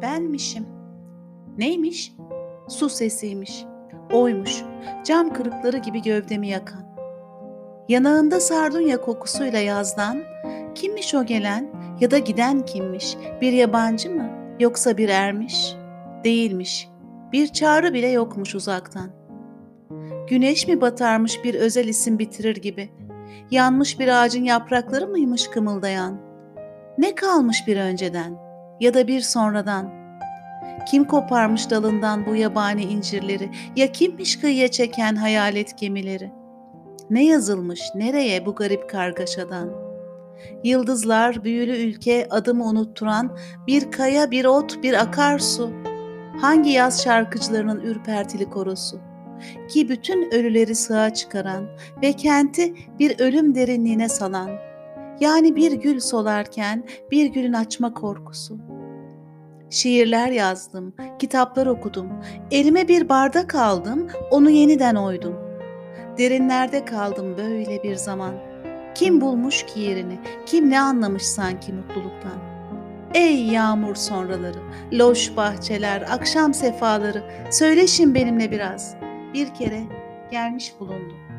Benmişim. Neymiş? Su sesiymiş. Oymuş. Cam kırıkları gibi gövdemi yakan. Yanağında sardunya kokusuyla yazdan, kimmiş o gelen ya da giden kimmiş? Bir yabancı mı yoksa bir ermiş? Değilmiş. Bir çağrı bile yokmuş uzaktan. Güneş mi batarmış bir özel isim bitirir gibi? Yanmış bir ağacın yaprakları mıymış kımıldayan? Ne kalmış bir önceden ya da bir sonradan? Kim koparmış dalından bu yabani incirleri? Ya kimmiş kıyıya çeken hayalet gemileri? Ne yazılmış nereye bu garip kargaşadan? Yıldızlar, büyülü ülke, adımı unutturan bir kaya, bir ot, bir akarsu. Hangi yaz şarkıcılarının ürpertili korosu? Ki bütün ölüleri sığağa çıkaran ve kenti bir ölüm derinliğine salan. Yani bir gül solarken bir gülün açma korkusu. Şiirler yazdım, kitaplar okudum. Elime bir bardak aldım, onu yeniden oydum. Derinlerde kaldım böyle bir zaman. Kim bulmuş ki yerini, kim ne anlamış sanki mutluluktan. Ey yağmur sonraları, loş bahçeler, akşam sefaları, söyleşin benimle biraz. Bir kere gelmiş bulundum.